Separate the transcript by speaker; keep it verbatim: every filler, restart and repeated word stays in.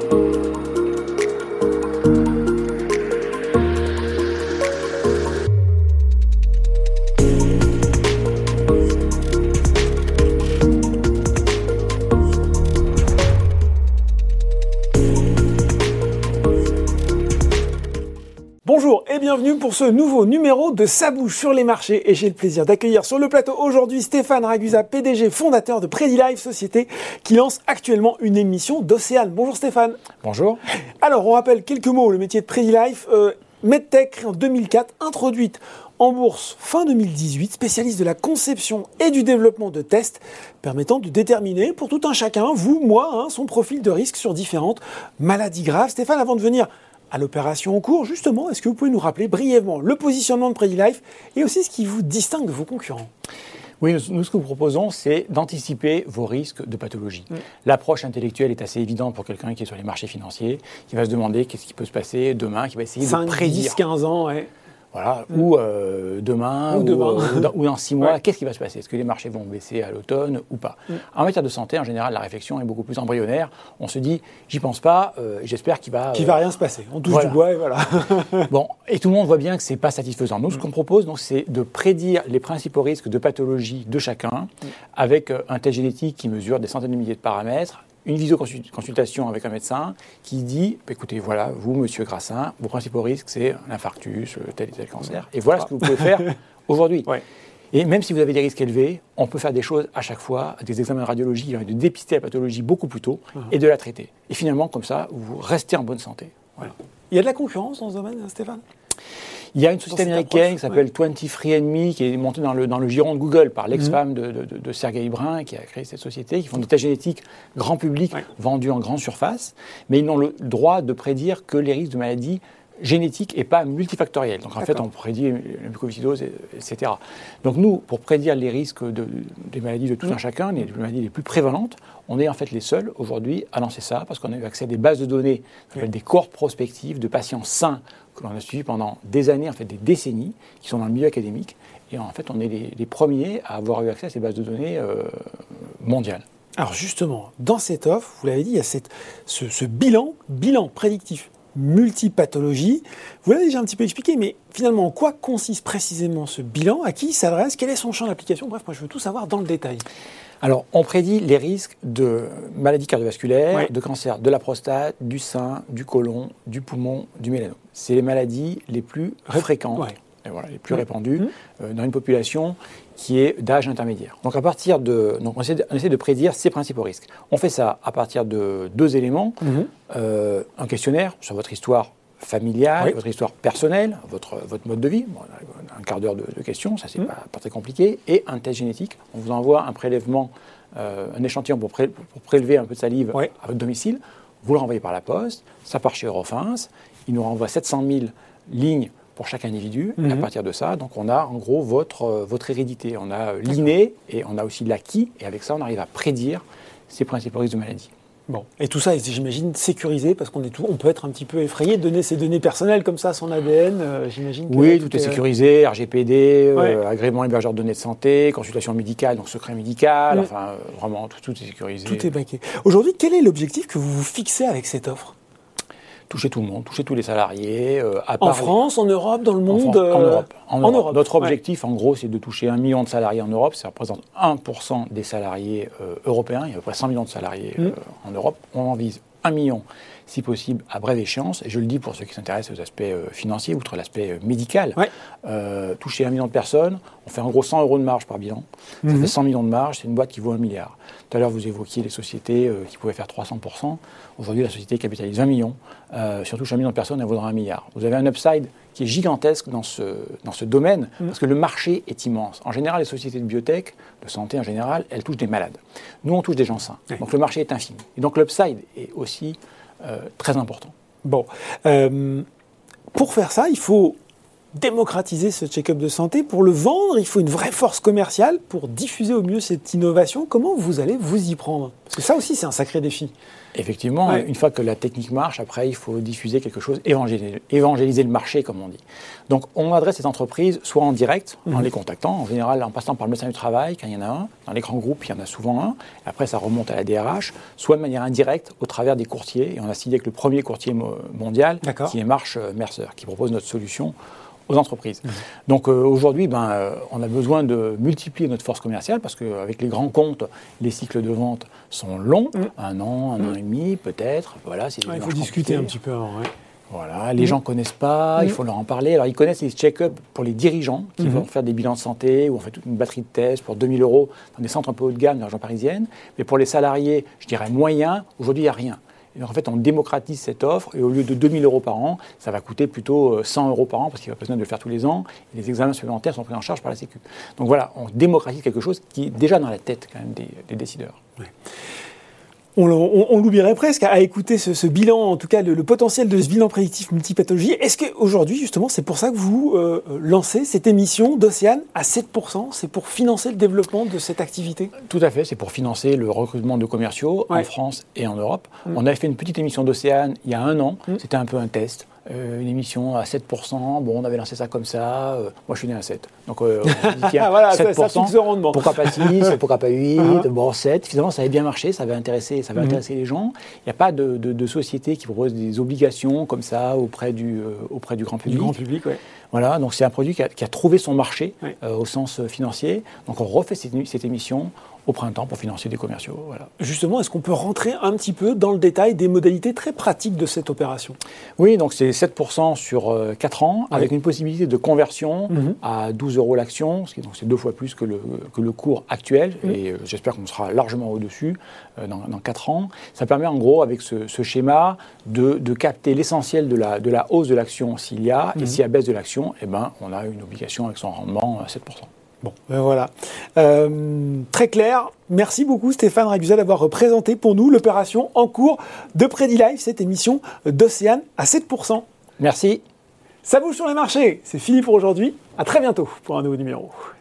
Speaker 1: Bonjour et bienvenue pour ce nouveau numéro de Ça bouge sur les marchés et j'ai le plaisir d'accueillir sur le plateau aujourd'hui Stéphane Ragusa, P D G fondateur de PrediLife, société qui lance actuellement une émission d'Océane. Bonjour Stéphane.
Speaker 2: Bonjour.
Speaker 1: Alors on rappelle quelques mots, le métier de PrediLife, euh, MedTech créé en deux mille quatre, introduite en bourse fin deux mille dix-huit, spécialiste de la conception et du développement de tests permettant de déterminer pour tout un chacun, vous, moi, hein, son profil de risque sur différentes maladies graves. Stéphane, avant de venir à l'opération en cours, justement, est-ce que vous pouvez nous rappeler brièvement le positionnement de PrediLife et aussi ce qui vous distingue de vos concurrents ?
Speaker 2: Oui, nous, nous, ce que nous proposons, c'est d'anticiper vos risques de pathologie. Mmh. L'approche intellectuelle est assez évidente pour quelqu'un qui est sur les marchés financiers, qui va se demander qu'est-ce qui peut se passer demain, qui va essayer
Speaker 1: cinq,
Speaker 2: de prédire.
Speaker 1: dix, quinze ans, ouais.
Speaker 2: Voilà, mmh. ou euh, demain,
Speaker 1: ou,
Speaker 2: ou,
Speaker 1: demain.
Speaker 2: Euh, ou, dans, ou dans six mois,
Speaker 1: ouais.
Speaker 2: Qu'est-ce qui va se passer ? Est-ce que les marchés vont baisser à l'automne ou pas ? mmh. En matière de santé, en général, la réflexion est beaucoup plus embryonnaire. On se dit, j'y pense pas, euh, j'espère qu'il va...
Speaker 1: Qu'il euh, va rien se passer. On touche
Speaker 2: voilà.
Speaker 1: du bois et voilà.
Speaker 2: Bon, et tout le monde voit bien que c'est pas satisfaisant. Nous, mmh. ce qu'on propose, donc, c'est de prédire les principaux risques de pathologie de chacun mmh. avec un test génétique qui mesure des centaines de milliers de paramètres, une visioconsultation avec un médecin qui dit, écoutez, voilà, vous, monsieur Grassin, vos principaux risques, c'est l'infarctus, tel et tel cancer, et voilà ce que vous pouvez faire aujourd'hui. Ouais. Et même si vous avez des risques élevés, on peut faire des choses à chaque fois, des examens de radiologie, de dépister la pathologie beaucoup plus tôt uh-huh. et de la traiter. Et finalement, comme ça, vous restez en bonne santé. Voilà.
Speaker 1: Il y a de la concurrence dans ce domaine, Stéphane ?
Speaker 2: Il y a une société américaine qui s'appelle ouais. vingt-trois and me, qui est montée dans le, dans le giron de Google par l'ex-femme mmh. de, de, de Sergey Brin, qui a créé cette société, qui font des tests génétiques grand public, ouais. vendus en grande surface, mais ils n'ont le droit de prédire que les risques de maladies génétiques et pas multifactoriels. Donc en D'accord. fait, on prédit la mucoviscidose, et cetera. Donc nous, pour prédire les risques de, des maladies de tout mmh. un chacun, les maladies les plus prévalentes, on est en fait les seuls aujourd'hui à lancer ça, parce qu'on a eu accès à des bases de données, mmh. des cohortes prospectives de patients sains que l'on a suivis pendant des années, en fait des décennies, qui sont dans le milieu académique. Et en fait, on est les, les premiers à avoir eu accès à ces bases de données euh, mondiales.
Speaker 1: Alors justement, dans cette offre, vous l'avez dit, il y a cette, ce, ce bilan, bilan prédictif multipathologie. Vous l'avez déjà un petit peu expliqué, mais finalement, en quoi consiste précisément ce bilan ? À qui il s'adresse ? Quel est son champ d'application ? Bref, moi, je veux tout savoir dans le détail.
Speaker 2: Alors, on prédit les risques de maladies cardiovasculaires,
Speaker 1: oui.
Speaker 2: de cancer de la prostate, du sein, du côlon, du poumon, du mélanome. C'est les maladies les plus fréquentes, ouais. et voilà, les plus oui. répandues mmh. euh, dans une population qui est d'âge intermédiaire. Donc, à partir de, donc on, essaie de, on essaie de prédire ces principaux risques. On fait ça à partir de deux éléments. Mmh. Euh, un questionnaire sur votre histoire familiale, oui. votre histoire personnelle, votre, votre mode de vie, bon, un quart d'heure de, de questions, ça c'est mmh. pas, pas très compliqué, et un test génétique. On vous envoie un prélèvement, euh, un échantillon pour, pré, pour prélever un peu de salive oui. à votre domicile, vous le renvoyez par la poste, ça part chez Eurofins, il nous renvoie sept cent mille lignes pour chaque individu, mmh. et à partir de ça, donc on a en gros votre, euh, votre hérédité, on a l'inné et on a aussi l'acquis, et avec ça on arrive à prédire ces principaux risques de maladie.
Speaker 1: Bon. Et tout ça est, j'imagine, sécurisé, parce qu'on est tout, on peut être un petit peu effrayé de donner ses données personnelles comme ça, son A D N, euh, j'imagine. Que
Speaker 2: oui,
Speaker 1: tout,
Speaker 2: tout est,
Speaker 1: est
Speaker 2: sécurisé, R G P D,
Speaker 1: ouais.
Speaker 2: euh, agrément hébergeur de données de santé, consultation médicale, donc secret médical, mmh. enfin, euh, vraiment, tout, tout est sécurisé.
Speaker 1: Tout est baqué. Aujourd'hui, quel est l'objectif que vous vous fixez avec cette offre ?
Speaker 2: Toucher tout le monde, toucher tous les salariés. Euh, à
Speaker 1: en
Speaker 2: part
Speaker 1: France, en Europe, dans le monde
Speaker 2: En, en, Europe, en,
Speaker 1: en
Speaker 2: Europe.
Speaker 1: Europe.
Speaker 2: Notre objectif, ouais. en gros, c'est de toucher un million de salariés en Europe. Ça représente un pour cent des salariés euh, européens. Il y a à peu près cent millions de salariés mmh. euh, en Europe. On en vise un million, si possible, à brève échéance. Et je le dis pour ceux qui s'intéressent aux aspects euh, financiers, outre l'aspect euh, médical. Ouais. Euh, toucher un million de personnes, on fait en gros cent euros de marge par bilan. Mmh. Ça fait cent millions de marge, c'est une boîte qui vaut un milliard. Tout à l'heure, vous évoquiez les sociétés euh, qui pouvaient faire trois cents pour cent. Aujourd'hui, la société capitalise vingt millions. Euh, si on touche un million de personnes, elle vaudra un milliard. Vous avez un upside qui est gigantesque dans ce, dans ce domaine, mmh. parce que le marché est immense. En général, les sociétés de biotech, de santé en général, elles touchent des malades. Nous, on touche des gens sains. Oui. Donc le marché est infini. Et donc l'upside est aussi euh, très important.
Speaker 1: Bon. Euh, pour faire ça, il faut démocratiser ce check-up de santé. Pour le vendre, il faut une vraie force commerciale pour diffuser au mieux cette innovation. Comment vous allez vous y prendre? Parce que ça aussi, c'est un sacré défi.
Speaker 2: Effectivement, ouais. Une fois que la technique marche, après, il faut diffuser quelque chose, évangéliser, évangéliser le marché, comme on dit. Donc, on adresse ces entreprises soit en direct, mmh. en les contactant, en général en passant par le médecin du travail, quand il y en a un. Dans les grands groupes, il y en a souvent un. Après, ça remonte à la D R H, soit de manière indirecte, au travers des courtiers. Et on a signé avec le premier courtier mondial, qui est Marsh Mercer, qui propose notre solution aux entreprises. Mmh. Donc euh, aujourd'hui, ben, euh, on a besoin de multiplier notre force commerciale parce qu'avec les grands comptes, les cycles de vente sont longs, mmh. un an, un mmh. an et demi peut-être. Voilà, c'est
Speaker 1: ouais, il faut discuter un petit peu avant. Ouais.
Speaker 2: Voilà, les mmh. gens ne connaissent pas, mmh. il faut leur en parler. Alors ils connaissent les check-up pour les dirigeants qui mmh. vont faire des bilans de santé ou on fait toute une batterie de tests pour deux mille euros dans des centres un peu haut de gamme dans la région parisienne. Mais pour les salariés, je dirais moyens, aujourd'hui il n'y a rien. Et en fait, on démocratise cette offre et au lieu de deux mille euros par an, ça va coûter plutôt cent euros par an parce qu'il n'y a pas besoin de le faire tous les ans. Et les examens supplémentaires sont pris en charge par la Sécu. Donc voilà, on démocratise quelque chose qui est déjà dans la tête quand même des, des décideurs.
Speaker 1: Ouais. On, on, on l'oublierait presque à écouter ce, ce bilan, en tout cas le, le potentiel de ce bilan prédictif multipathologie. Est-ce qu'aujourd'hui, justement, c'est pour ça que vous euh, lancez cette émission d'Océane à sept pour cent? C'est pour financer le développement de cette activité?
Speaker 2: Tout à fait, c'est pour financer le recrutement de commerciaux ouais. en France et en Europe. Mmh. On avait fait une petite émission d'Océane il y a un an, mmh. c'était un peu un test. Euh, une émission à sept pour cent, bon, on avait lancé ça comme ça, euh, moi je suis né à sept. Donc euh, on se dit, tiens,
Speaker 1: voilà,
Speaker 2: sept pour cent,
Speaker 1: ça, ça rendement.
Speaker 2: Pourquoi pas six, pourquoi pas huit, uh-huh. bon sept, finalement ça avait bien marché, ça avait intéressé, ça avait mm-hmm. intéressé les gens. Il n'y a pas de, de, de société qui propose des obligations comme ça auprès du, euh, auprès du grand public.
Speaker 1: Du grand public, ouais.
Speaker 2: Voilà, donc c'est un produit qui a, qui a trouvé son marché ouais. euh, au sens financier. Donc on refait cette, cette émission au printemps pour financer des commerciaux. Voilà.
Speaker 1: Justement, est-ce qu'on peut rentrer un petit peu dans le détail des modalités très pratiques de cette opération?
Speaker 2: Oui, donc c'est sept pour cent sur euh, quatre ans, oui. avec une possibilité de conversion mmh. à douze euros l'action, ce qui donc c'est deux fois plus que le, que le cours actuel, mmh. et euh, j'espère qu'on sera largement au-dessus euh, dans, dans quatre ans. Ça permet en gros, avec ce, ce schéma, de, de capter l'essentiel de la, de la hausse de l'action s'il y a, mmh. et s'il y a baisse de l'action, eh ben, on a une obligation avec son rendement à sept pour cent.
Speaker 1: Bon, ben voilà. Euh, très clair. Merci beaucoup Stéphane Ragusa d'avoir présenté pour nous l'opération en cours de PrédiLife, cette émission d'Océane à sept pour cent.
Speaker 2: Merci.
Speaker 1: Ça bouge sur les marchés. C'est fini pour aujourd'hui. À très bientôt pour un nouveau numéro.